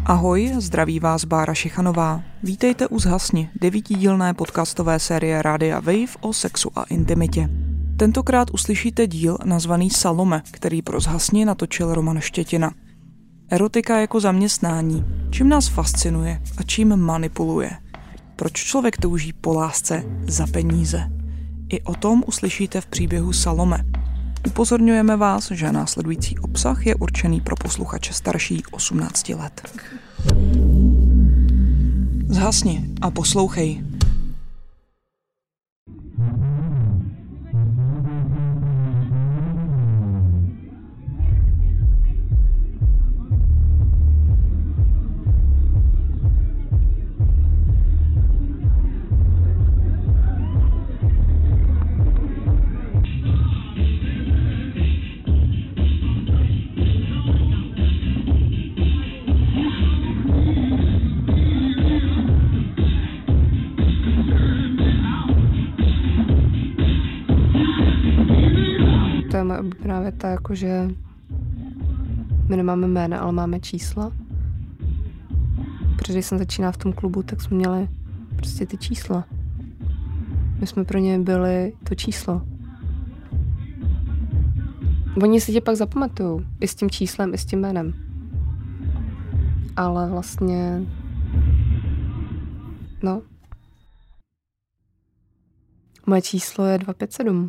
Ahoj, zdraví vás Bára Šichanová. Vítejte u Zhasni, 9dílné podcastové série Rádia Wave o sexu a intimitě. Tentokrát uslyšíte díl nazvaný Salome, který pro Zhasni natočil Roman Štětina. Erotika jako zaměstnání, čím nás fascinuje a čím manipuluje. Proč člověk touží po lásce za peníze? I o tom uslyšíte v příběhu Salome. Upozorňujeme vás, že následující obsah je určený pro posluchače starší 18 let. Zhasni a poslouchej. To je moje oblíbená věta, jakože my nemáme jména, ale máme čísla. Protože když jsem začínala v tom klubu, tak jsme měli prostě ty čísla. My jsme pro ně byli to číslo. Oni si tě pak zapamatujou. I s tím číslem, i s tím jménem. Ale vlastně... No. Moje číslo je 257.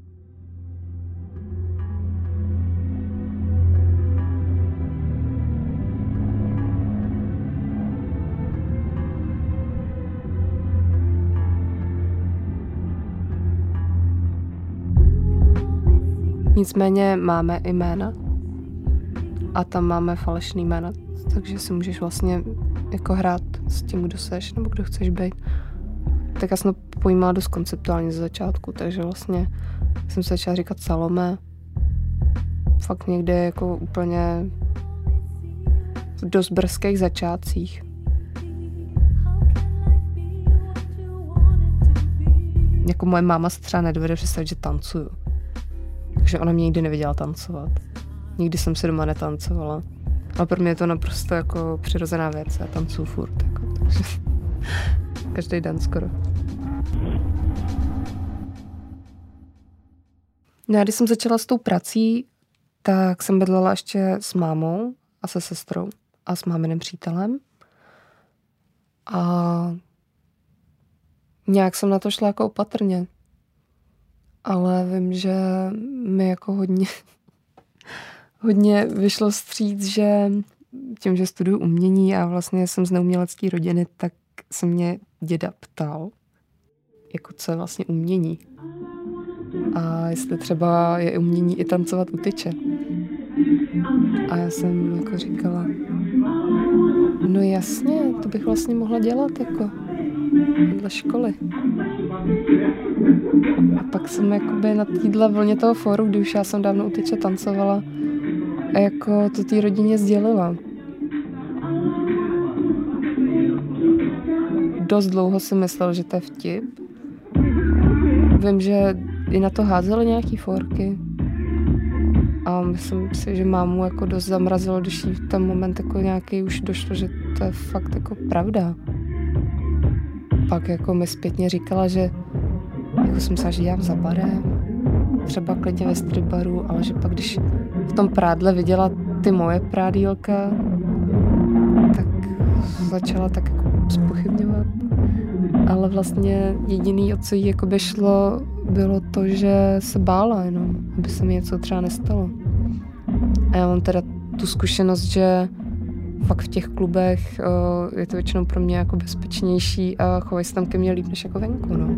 Nicméně máme i jména a tam máme falešný jména, takže si můžeš vlastně jako hrát s tím, kdo seš nebo kdo chceš být. Tak já jsem to pojímala dost konceptuálně ze začátku, takže vlastně jsem se začala říkat Salome. Fakt někde jako úplně v dost brzkých začátcích. Jako moje máma se třeba nedovede představit, že tancuju. Takže ona mě nikdy neviděla tancovat. Nikdy jsem se doma netancovala. A pro mě je to naprosto jako přirozená věc. Já tancuju furt. Jako, takže každý den skoro. No a když jsem začala s tou prací, tak jsem bydlela ještě s mámou a se sestrou a s máminem přítelem. A nějak jsem na to šla jako opatrně. Ale vím, že mi jako hodně vyšlo vstříc, že tím, že studuju umění a vlastně jsem z neumělecké rodiny, tak se mě děda ptal, jako co je vlastně umění. A jestli třeba je umění i tancovat u tyče. A já jsem jako říkala, no jasně, to bych vlastně mohla dělat jako vedle školy. A pak jsem jakoby na téhle vlně toho fóru, kdy už já jsem dávno u tyče tancovala a jako to té rodině sdělila. Dost dlouho si myslel, že to je vtip. Vím, že i na to házeli nějaký fórky. A myslím si, že mámu jako dost zamrazilo, když jí v ten moment jako nějaký už došlo, že to je fakt jako pravda. Pak jako mi zpětně říkala, že jako jsem myslela, že dělám za barem, třeba klidně ve strip baru, ale že pak když v tom prádle viděla ty moje prádílka, tak začala tak jako zpochybňovat. Ale vlastně jediný, o co jí jakoby šlo, bylo to, že se bála jenom, aby se mi něco třeba nestalo. A já mám teda tu zkušenost, že fakt v těch klubech je to většinou pro mě jako bezpečnější a chovají se tam ke mně líp než jako venku, no.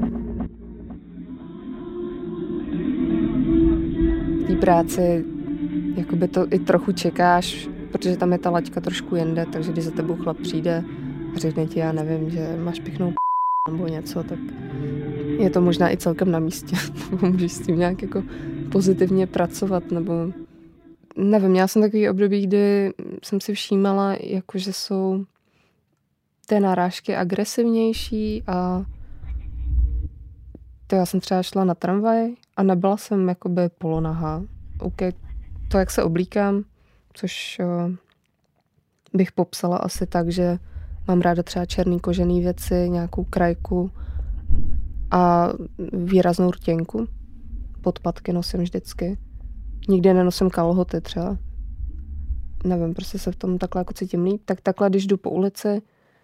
V té práci jakoby to i trochu čekáš, protože tam je ta laťka trošku jinde, takže když za tebou chlap přijde a řekne ti, já nevím, že máš pěknou nebo něco, tak je to možná i celkem na místě. Můžeš s tím nějak jako pozitivně pracovat, nebo nevím, měla jsem takový období, kdy jsem si všímala, jako že jsou ty narážky agresivnější a to já jsem třeba šla na tramvaj a nebyla jsem jakoby polonahá. OK, to, jak se oblíkám, což bych popsala asi tak, že mám ráda třeba černý kožený věci, nějakou krajku a výraznou rtěnku. Podpatky nosím vždycky. Nikdy nenosím kalhoty třeba. Nevím, prostě se v tom takhle jako cítím líp. Tak takhle, když jdu po ulici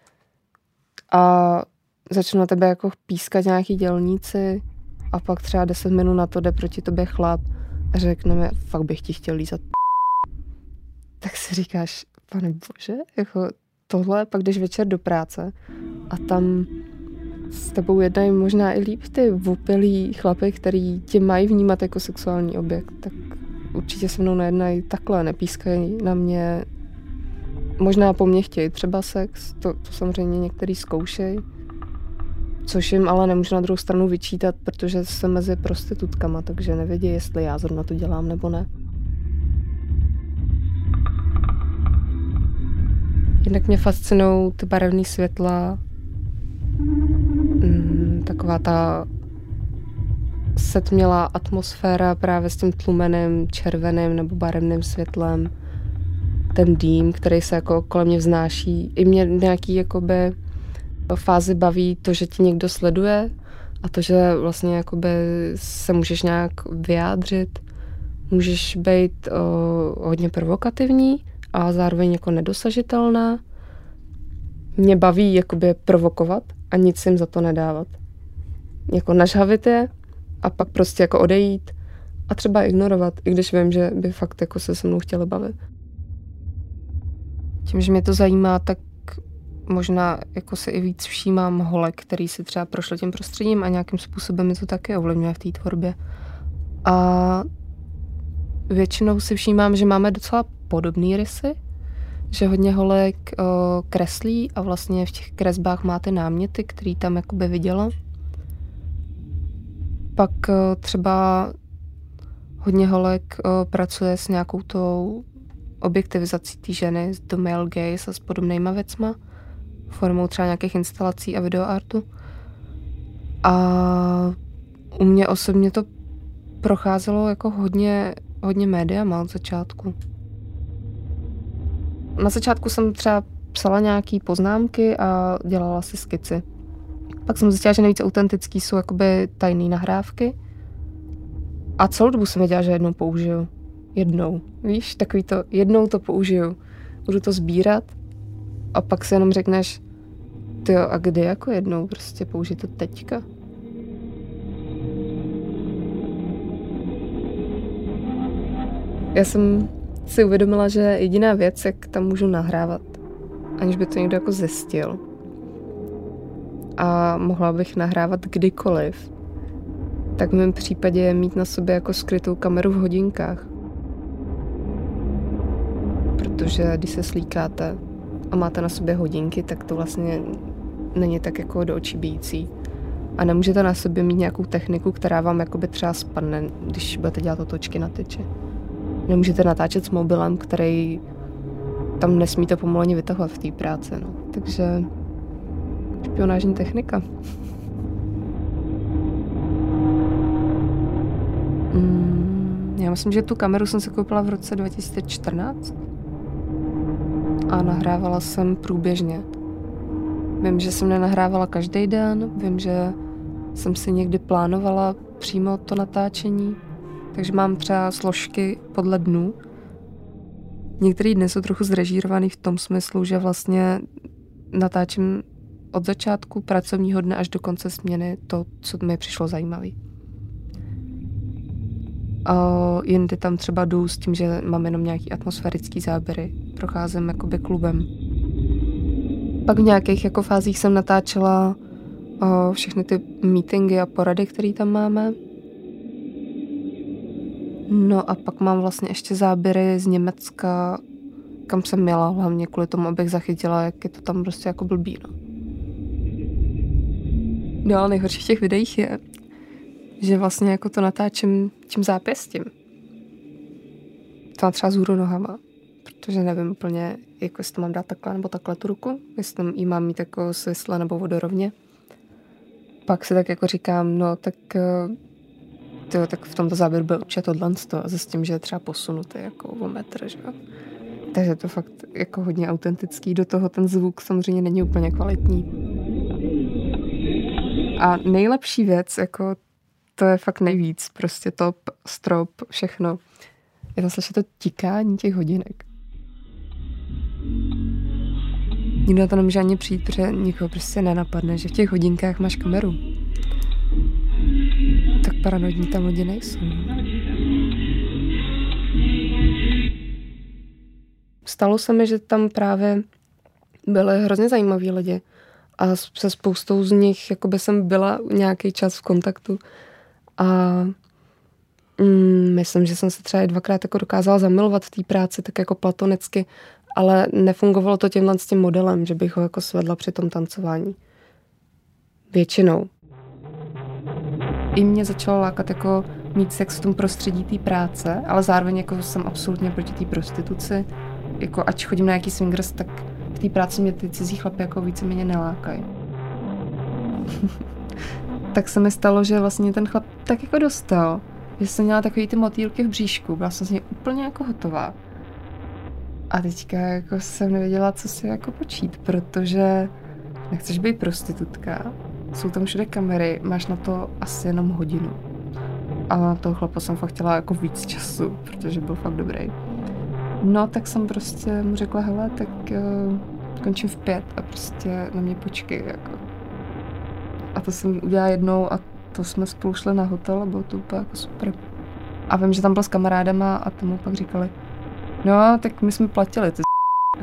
a začnu na tebe jako pískat nějaký dělníci a pak třeba 10 minut na to jde proti tobě chlap a řekne mi, fakt bych ti chtěl lízat tak si říkáš, pane bože, jako tohle, pak jdeš večer do práce a tam s tebou jednají možná i líp ty vopilí chlapy, který tě mají vnímat jako sexuální objekt, tak určitě se mnou nejednají takhle, nepískají na mě. Možná po mně chtějí třeba sex, to samozřejmě některý zkoušejí, což jim ale nemůžu na druhou stranu vyčítat, protože jsem mezi prostitutkama, takže nevědí, jestli já zrovna to dělám nebo ne. Jednak mě fascinují ty barevné světla, taková ta setmělá atmosféra právě s tím tlumeným červeným nebo barevným světlem, ten dým, který se jako kolem mě vznáší. I mě nějaký jakoby fázi baví to, že ti někdo sleduje a to, že vlastně jakoby se můžeš nějak vyjádřit, můžeš být hodně provokativní a zároveň jako nedosažitelná. Mě baví jakoby provokovat a nic jim za to nedávat. Jako nažhavit je a pak prostě jako odejít a třeba ignorovat, i když vím, že by fakt jako se mnou chtěli bavit. Tím, že mě to zajímá, tak možná jako se i víc všímám holek, který si třeba prošly tím prostředím a nějakým způsobem mi to taky ovlivňuje v té tvorbě. A většinou si všímám, že máme docela podobné rysy, že hodně holek kreslí a vlastně v těch kresbách má ty náměty, který tam jakoby viděla. Pak třeba hodně holek pracuje s nějakou tou objektivizací té ženy, do male gaze a s podobnýma věcma, formou třeba nějakých instalací a videoartu. A u mě osobně to procházelo jako hodně médiama od začátku. Na začátku jsem třeba psala nějaký poznámky a dělala si skici. Pak jsem zjistila, že nejvíc autentický jsou jakoby tajné nahrávky. A celou dobu jsem věděla, že jednou použiju. Jednou. Víš, takový to, jednou to použiju. Budu to sbírat a pak si jenom řekneš, tyjo, a kdy jako jednou? Prostě použij to teďka. Já jsem si uvědomila, že jediná věc, jak tam můžu nahrávat, aniž by to někdo jako zjistil, a mohla bych nahrávat kdykoliv, tak v mém případě je mít na sobě jako skrytou kameru v hodinkách. Protože když se slíkáte a máte na sobě hodinky, tak to vlastně není tak jako do očí bijící. A nemůžete na sobě mít nějakou techniku, která vám jakoby třeba spadne, když budete dělat otočky na tyči. Nemůžete natáčet s mobilem, který tam nesmíte pomalu vytahovat v té práci. No. Takže špionážní technika. Já myslím, že tu kameru jsem si koupila v roce 2014 a nahrávala jsem průběžně. Vím, že jsem nenahrávala každý den, vím, že jsem si někdy plánovala přímo to natáčení, takže mám třeba složky podle dnů. Některé dny jsou trochu zrežírovaný v tom smyslu, že vlastně natáčím od začátku pracovního dne až do konce směny to, co mi přišlo zajímavé. A jindy tam třeba jdu s tím, že mám jenom nějaký atmosférický záběry. Procházím jakoby klubem. Pak v nějakých jako fázích jsem natáčela všechny ty meetingy a porady, které tam máme. No a pak mám vlastně ještě záběry z Německa, kam jsem měla, hlavně kvůli tomu, abych zachytila, jak je to tam prostě jako blbý, no. No ale nejhorší v těch videích je, že vlastně jako to natáčím tím zápěstím. To mám třeba vzhůru nohama, protože nevím úplně, jako jestli to mám dát takhle nebo takhle tu ruku, jestli tam jí mám mít jako svisle nebo vodorovně. Pak si tak jako říkám, no tak v tomto záběru byl určitě tohle a zjistím, že je třeba posunutý jako o metr, že jo. Takže to fakt jako hodně autentický, do toho ten zvuk samozřejmě není úplně kvalitní. A nejlepší věc, jako to je fakt nejvíc, prostě top, strop, všechno. Je to slyšet to tikání těch hodinek. Nikdo na to nemůže ani přijít, protože nikoho prostě nenapadne, že v těch hodinkách máš kameru. Tak paranoidní tam lidi nejsou. Stalo se mi, že tam právě byly hrozně zajímaví lidi a se spoustou z nich jakoby jsem byla nějaký čas v kontaktu a myslím, že jsem se třeba 2krát jako dokázala zamilovat v té práci tak jako platonicky, ale nefungovalo to tímhle s tím modelem, že bych ho jako svedla při tom tancování. Většinou. I mě začalo lákat jako mít sex v tom prostředí té práce, ale zároveň jako jsem absolutně proti té prostituci. Jako ať chodím na nějaký swingers, tak v té práci mě ty cizí chlapy jako víceméně nelákají. Tak se mi stalo, že vlastně ten chlap tak jako dostal, že jsem měla takový ty motýlky v bříšku, byla jsem z něj úplně jako hotová. A teďka jako jsem nevěděla, co si jako počít, protože nechceš být prostitutka, jsou tam všude kamery, máš na to asi jenom hodinu. A na toho chlapa jsem fakt chtěla jako víc času, protože byl fakt dobrý. No, tak jsem prostě mu řekla, hele, tak končím v 5 a prostě na mě počkej, jako. A to jsem udělala jednou a to jsme spolu šli na hotel a bylo to úplně jako super. A vím, že tam byl s kamarádama a tomu pak říkali, no, tak my jsme platili, ty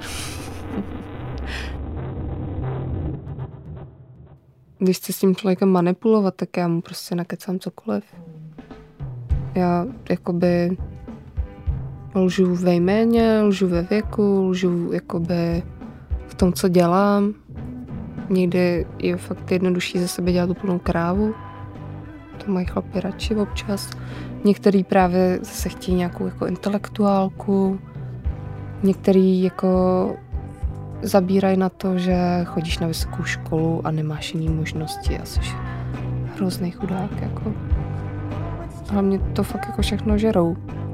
Když chci s tím člověkem manipulovat, tak já mu prostě nakecám cokoliv. Já jakoby lžu ve jméně, lžu ve věku, lžu jakoby v tom, co dělám. Někdy je fakt jednodušší ze sebe dělat úplnou krávu. To mají chlapi radši občas. Některý právě zase chtějí nějakou jako intelektuálku. Některý jako zabírají na to, že chodíš na vysokou školu a nemáš jiný možnosti a jsi hrozný chudák, jako. Hlavně to fakt jako všechno žerou.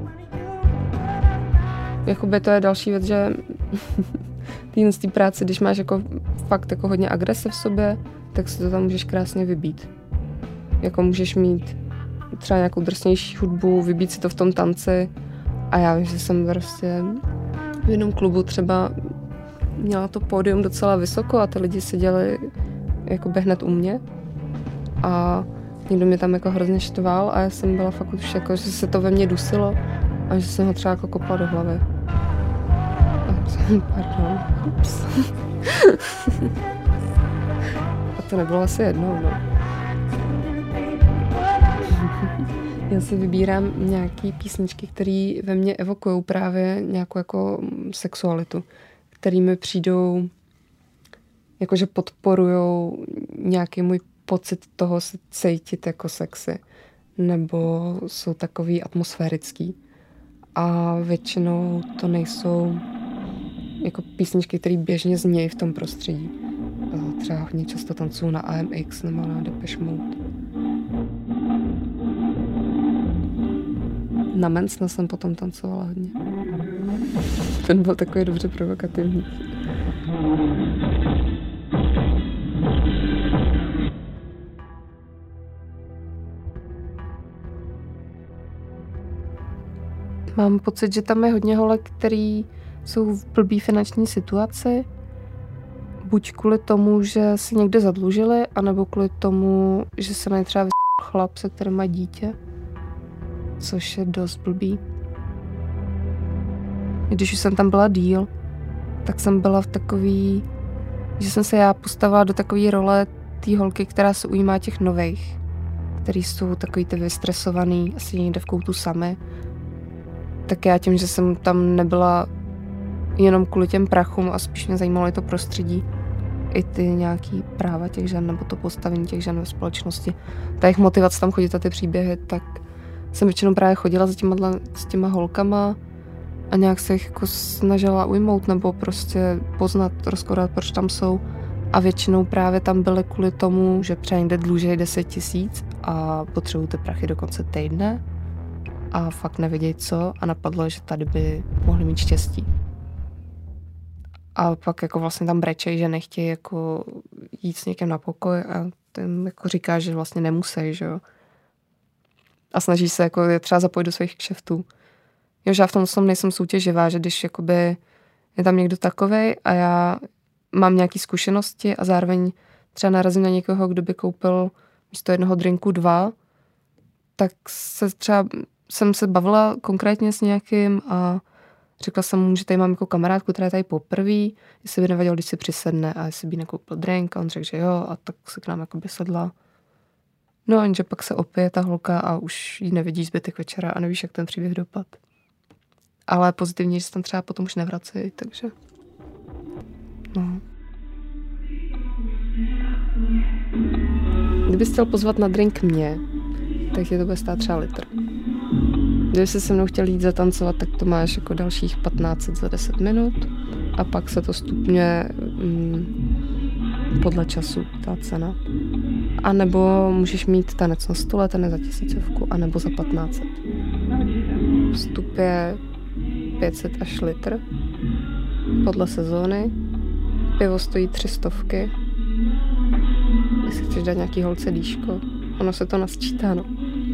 Jakoby to je další věc, že z té práce, když máš jako fakt jako hodně agrese v sobě, tak si to tam můžeš krásně vybít. Jako můžeš mít třeba nějakou drsnější hudbu, vybít si to v tom tanci a já vím, že jsem prostě v jednom klubu třeba měla to pódium docela vysoko a ty lidi seděli jakoby hned u mě a někdo mě tam jako hrozně štval a já jsem byla fakt už jako, že se to ve mně dusilo a že jsem ho třeba jako kopla do hlavy. Pardon. Ups. A to nebylo asi jednou, no. Já si vybírám nějaký písničky, které ve mně evokují právě nějakou jako sexualitu, který mi přijdou, jakože podporujou nějaký můj pocit toho se cítit jako sexy, nebo jsou takový atmosférický. A většinou to nejsou jako písničky, které běžně znějí v tom prostředí. Třeba hodně často tancuju na AMX nebo na Depeche Mode. Na Mensna jsem potom tancovala hodně. Ten byl takový dobře provokativní. Mám pocit, že tam je hodně holek, který jsou v blbý finanční situaci. Buď kvůli tomu, že si někde zadlužili, anebo kvůli tomu, že se mají třeba chlap, se kterým má dítě. Což je dost blbý. Když už jsem tam byla díl, tak jsem byla v takový, že jsem se já postavila do takové role té holky, která se ujímá těch nových, který jsou takový ty vystresovaný, asi někde v koutu sami. Tak já tím, že jsem tam nebyla jenom kvůli těm prachům a spíš mě zajímalo i to prostředí, i ty nějaký práva těch žen nebo to postavení těch žen ve společnosti. Ta jejich motivace tam chodit a ty příběhy, tak jsem většinou právě chodila s těma holkama a nějak se jich jako snažila ujmout nebo prostě poznat, rozkodat, proč tam jsou. A většinou právě tam byly kvůli tomu, že třeba někde dluží 10 000 a potřebují ty prachy do konce týdne a fakt nevědějí co a napadlo, že tady by mohli mít štěstí. A pak jako vlastně tam brečej, že nechtějí jako jít s někým na pokoj a ten jako říká, že vlastně nemusí, že jo. A snaží se jako je třeba zapojit do svých kšeftů. Jo, že já v tom nejsem soutěživá, že když jakoby je tam někdo takovej a já mám nějaké zkušenosti a zároveň třeba narazím na někoho, kdo by koupil místo jednoho drinku 2, tak jsem se bavila konkrétně s nějakým a řekla jsem mu, že tady mám jako kamarádku, která je tady poprvé, jestli by nevadilo, když si přisedne a jestli by nekoupil drink a on řekl, že jo a tak se k nám jakoby sedla. No jenže pak se opije ta holka a už ji nevidíš zbytek večera a nevíš, jak ten příběh dopad. Ale pozitivně, že se tam třeba potom už nevrací, takže no. Kdybys chtěl pozvat na drink mě, tak je to bude stát třeba litr. Kdyby jsi se mnou chtěl jít zatancovat, tak to máš jako dalších 1500 za 10 minut a pak se to stupňuje podle času, ta cena. A nebo můžeš mít tanec na stole, ten je za 1000, anebo za 1500. Vstup je 500 až litr podle sezóny. Pivo stojí 300. Jestli chceš dát nějaký holce dýško, ono se to nasčítá, no.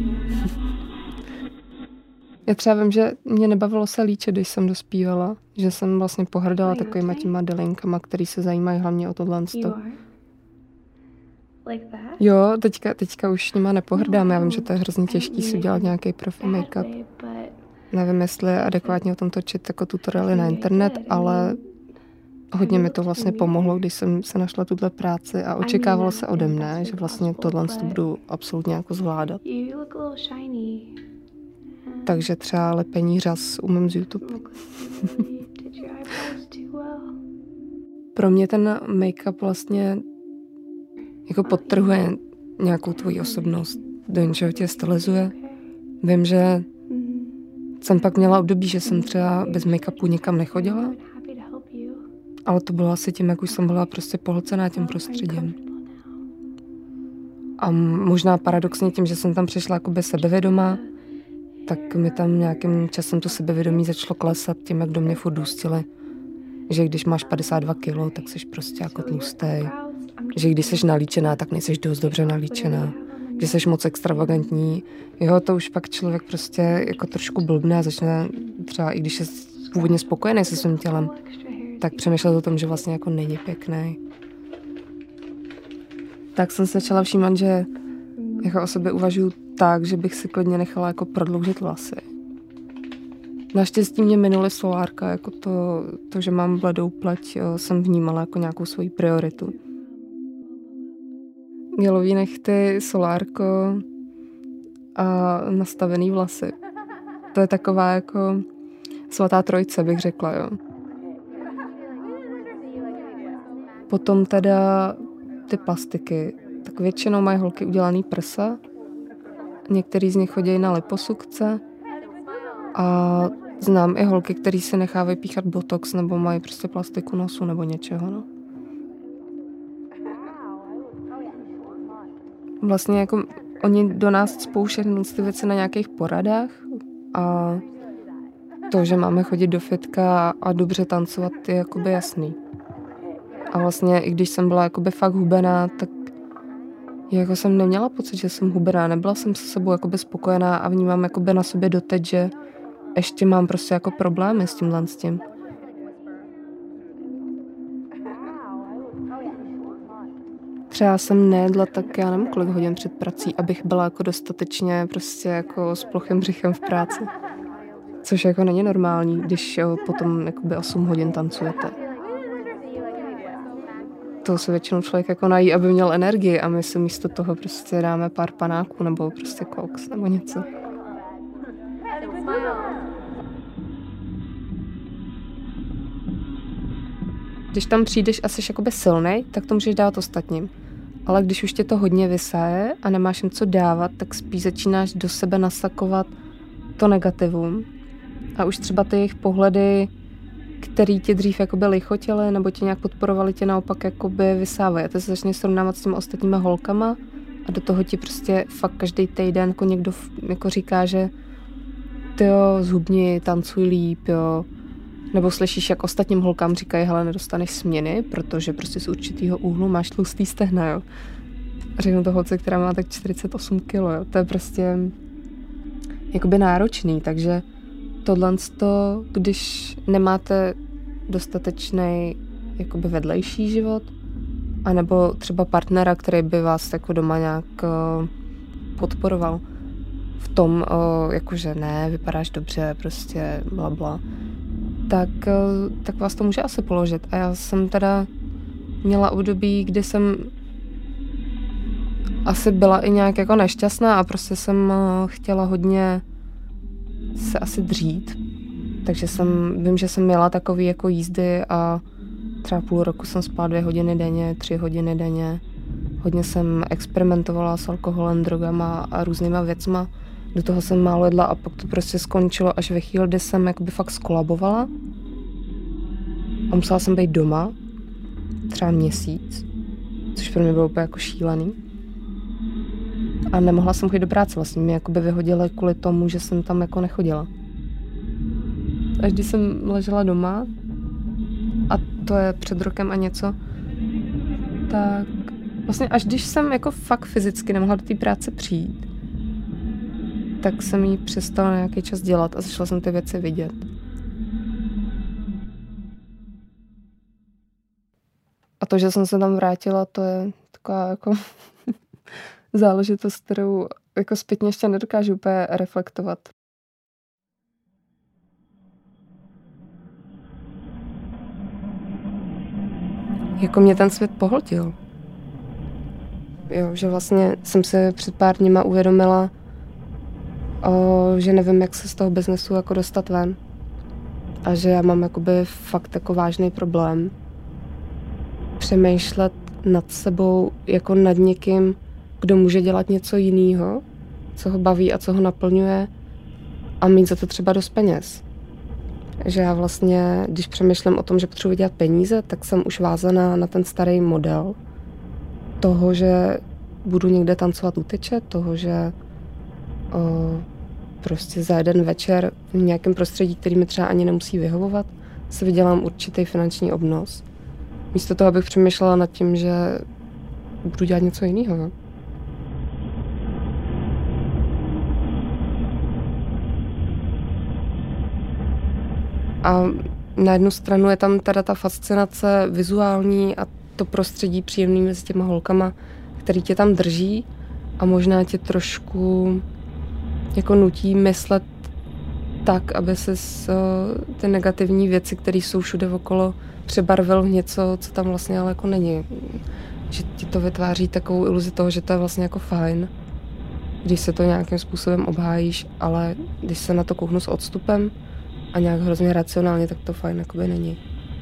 Já třeba vím, že mě nebavilo se líčit, když jsem dospívala, že jsem vlastně pohrdala takovýma těma delinkama, který se zajímají hlavně o tohle. Jo, teďka už nima nepohrdám, já vím, že to je hrozně těžký si udělat nějaký profi make-up. Nevím, jestli je adekvátně o tom točit jako tutoriály na internet, ale hodně mi to vlastně pomohlo, když jsem se našla tuhle práci a očekávalo se ode mne, že vlastně tohle budu absolutně jako zvládat. Takže třeba lepení řas umím z YouTube. Pro mě ten make-up vlastně jako podtrhuje nějakou tvoji osobnost, do něčeho tě stylizuje. Vím, že jsem pak měla období, že jsem třeba bez make-upu nikam nechodila, ale to bylo asi tím, jak už jsem byla prostě pohlcená tím prostředím. A možná paradoxně tím, že jsem tam přišla jako bez sebevědomá, tak mi tam nějakým časem to sebevědomí začalo klesat tím, jak do mě furt důstili. Že když máš 52 kilo, tak jsi prostě jako tlustej. Že když jsi nalíčená, tak nejseš dost dobře nalíčená. Že jsi moc extravagantní. Jo, to už pak člověk prostě jako trošku blbne a začne třeba, i když je původně spokojený se svým tělem, tak přemýšlet o tom, že vlastně jako není pěkný. Tak jsem se začala všímat, že jako o sobě uvažuji tak, že bych si klidně nechala jako prodloužit vlasy. Naštěstí mě minuli solárka, jako to, že mám bledou pleť, jsem vnímala jako nějakou svoji prioritu. Gelový nechty, solárko a nastavený vlasy. To je taková jako svatá trojice, bych řekla, jo. Potom teda ty plastiky. Tak většinou mají holky udělaný prsa. Některý z nich chodí na liposukce. A znám i holky, který si nechávají píchat botox nebo mají prostě plastiku nosu nebo něčeho, no. Vlastně jako oni do nás spouštějí ty věci na nějakých poradách a to, že máme chodit do fitka a dobře tancovat, je jakoby jasný. A vlastně i když jsem byla jakoby fakt hubená, tak jako jsem neměla pocit, že jsem hubená. Nebyla jsem se sebou jakoby spokojená a vnímám jakoby na sobě doteď, že ještě mám prostě jako problémy s tímhle s tím. Třeba jsem nejedla tak, já nevím, kolik hodin před prací, abych byla jako dostatečně prostě jako s plochým břichem v práci. Což jako není normální, když potom jakoby 8 hodin tancujete. To se většinou člověk jako nají, aby měl energii a my si místo toho prostě dáme pár panáků nebo prostě koks nebo něco. Když tam přijdeš a jsi jakoby silnej, tak to můžeš dávat ostatním. Ale když už tě to hodně vysaje a nemáš jim co dávat, tak spíš začínáš do sebe nasakovat to negativum. A už třeba ty jejich pohledy, který tě dřív jakoby lichotěly nebo tě nějak podporovali, tě naopak jakoby vysávají. A ty se začneš srovnávat s těmi ostatníma holkama a do toho ti prostě fakt každý týden jako někdo jako říká, že tyjo, zhubni, tancuj líp, jo. Nebo slyšíš, jak ostatním holkám říkají, hele, nedostaneš směny, protože prostě z určitýho úhlu máš tlustý stehna, jo. Řeknu to holce, která má tak 48 kilo, jo. To je prostě jakoby náročný, takže tohle, když nemáte dostatečný jakoby vedlejší život, anebo třeba partnera, který by vás jako doma nějak podporoval v tom, jakože ne, vypadáš dobře, prostě blabla, tak vás to může asi položit. A já jsem teda měla období, kdy jsem asi byla i nějak jako nešťastná a prostě jsem chtěla hodně se asi dřít. Takže vím, že jsem měla takový jako jízdy a třeba půl roku jsem spala 2 hodiny denně, 3 hodiny denně. Hodně jsem experimentovala s alkoholem, drogama a různýma věcma. Do toho jsem málo jedla a pak to prostě skončilo až ve chvíli, kdy jsem jakoby fakt skolabovala. A musela jsem být doma třeba měsíc, což pro mě bylo úplně jako šílený. A nemohla jsem chodit do práce, vlastně mě jakoby vyhodili kvůli tomu, že jsem tam jako nechodila. Až když jsem ležela doma, a to je před rokem a něco, tak vlastně až když jsem jako fakt fyzicky nemohla do té práce přijít, tak jsem jí přestala nějaký čas dělat a začala jsem ty věci vidět. A to, že jsem se tam vrátila, to je taková jako záležitost, kterou jako zpětně ještě nedokážu úplně reflektovat. Jako mě ten svět pohltil. Jo, že vlastně jsem se před pár dněma uvědomila, že nevím, jak se z toho biznesu jako dostat ven. A že já mám jakoby fakt jako vážný problém přemýšlet nad sebou jako nad někým, kdo může dělat něco jiného, co ho baví a co ho naplňuje a mít za to třeba dost peněz. Že já vlastně, když přemýšlím o tom, že potřebuji dělat peníze, tak jsem už vázaná na ten starý model toho, že budu někde tancovat u tyče, toho, že prostě za jeden večer v nějakém prostředí, který mi třeba ani nemusí vyhovovat, si vydělám určitý finanční obnos. Místo toho, abych přemýšlela nad tím, že budu dělat něco jiného. A na jednu stranu je tam teda ta fascinace vizuální a to prostředí příjemný mezi těma holkama, který tě tam drží a možná tě trošku jako nutí myslet tak, aby ses ty negativní věci, které jsou všude okolo, přebarvil v něco, co tam vlastně ale jako není. Že ti to vytváří takovou iluzi toho, že to je vlastně jako fajn, když se to nějakým způsobem obhájíš, ale když se na to kouknu s odstupem a nějak hrozně racionálně, tak to fajn jakoby není.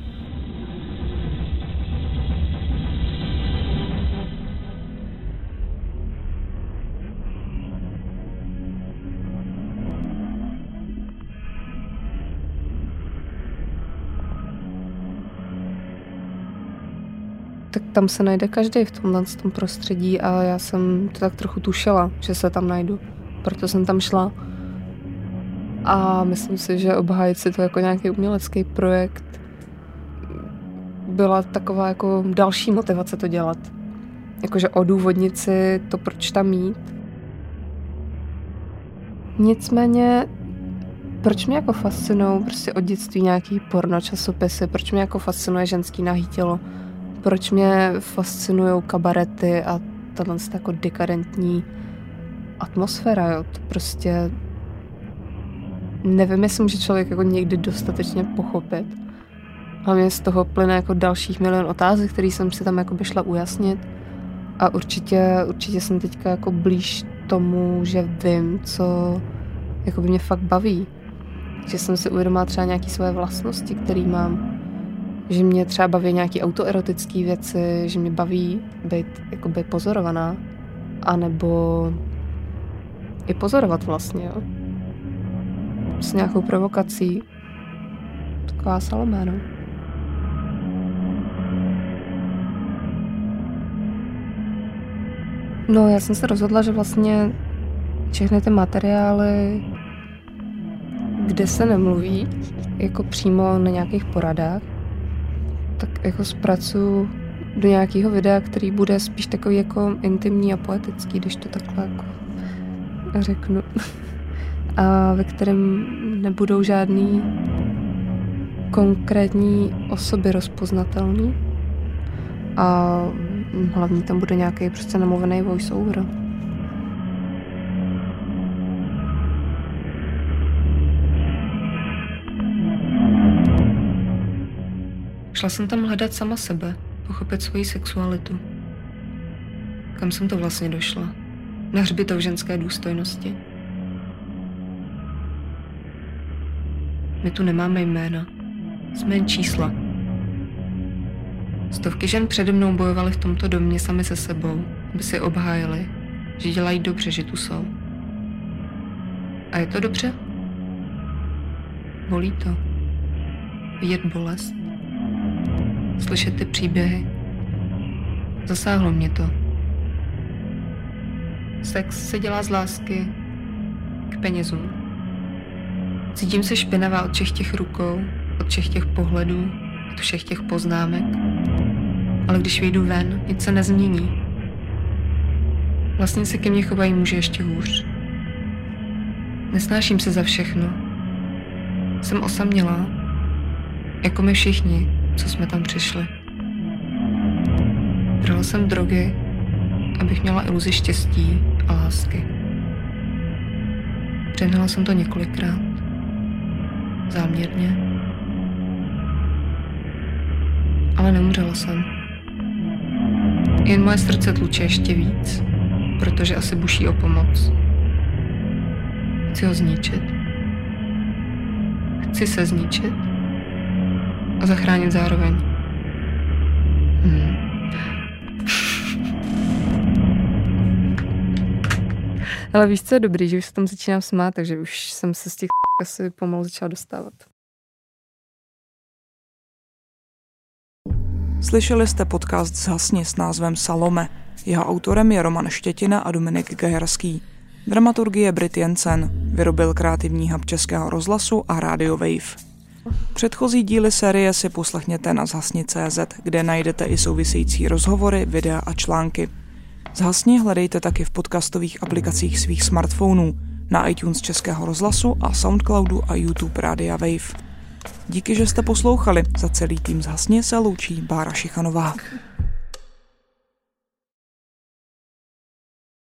Tak tam se najde každý v tomhle tom prostředí a já jsem to tak trochu tušila, že se tam najdu. Proto jsem tam šla. A myslím si, že obhájit si to jako nějaký umělecký projekt byla taková jako další motivace to dělat. Jakože odůvodnit si to, proč tam mít. Nicméně, proč mě jako fascinují prostě od dětství nějaký porno časopisy, proč mě jako fascinuje ženský nahý tělo, proč mě fascinují kabarety a tato jako dekadentní atmosféra, jo, to prostě nevím, jestli může člověk jako někdy dostatečně pochopit. A mě z toho plyne jako dalších milion otázek, které jsem si tam jako by šla ujasnit. A určitě jsem teďka jako blíž tomu, že vím, co jako by mě fakt baví. Že jsem si uvědomila třeba nějaké svoje vlastnosti, které mám. Že mě třeba baví nějaké autoerotické věci, že mě baví být jakoby pozorovaná. A nebo i pozorovat vlastně, jo. S nějakou provokací. Taková Salomé, no. No, já jsem se rozhodla, že vlastně všechny ty materiály kde se nemluví, jako přímo na nějakých poradách, tak jako zpracuju do nějakého videa, který bude spíš takový jako intimní a poetický, když to takhle jako řeknu. A ve kterém nebudou žádný konkrétní osoby rozpoznatelný. A hlavně tam bude nějaký prostě namluvený voiceover. Šla jsem tam hledat sama sebe, pochopit svoji sexualitu. Kam jsem to vlastně došla? Na hřbitov ženské důstojnosti. My tu nemáme jména. Jsme jen čísla. Stovky žen přede mnou bojovaly v tomto domě sami se sebou, aby si obhájili, že dělají dobře, že tu jsou. A je to dobře? Bolí to. Vidět bolest. Slyšet ty příběhy. Zasáhlo mě to. Sex se dělá z lásky k penězům. Cítím se špinavá od všech těch rukou, od všech těch pohledů, od všech těch poznámek. Ale když vyjdu ven, nic se nezmění. Vlastně se ke mně chovají muži ještě hůř. Nesnáším se za všechno. Jsem osamělá, jako my všichni, co jsme tam přišli. Brala jsem drogy, abych měla iluzi štěstí a lásky. Přehnala jsem to několikrát. Záměrně. Ale neumřela jsem. Jen moje srdce tluče ještě víc, protože asi buší o pomoc. Chci ho zničit. Chci se zničit a zachránit zároveň. Ale víš, co je dobrý, že už se tam začínám smát, takže už jsem se z těch asi pomalu začala dostávat. Slyšeli jste podcast Zhasni s názvem Salome. Jeho autorem je Roman Štětina a Dominik Gajarský. Dramaturgie Brit Jensen. Vyrobil kreativní hub Českého rozhlasu a Radio Wave. Předchozí díly série si poslechněte na zhasni.cz, kde najdete i související rozhovory, videa a články. Zhasni hledejte taky v podcastových aplikacích svých smartphonů, na iTunes Českého rozhlasu a Soundcloudu a YouTube Rádia Wave. Díky, že jste poslouchali. Za celý tým Zhasni se loučí Bára Šichanová.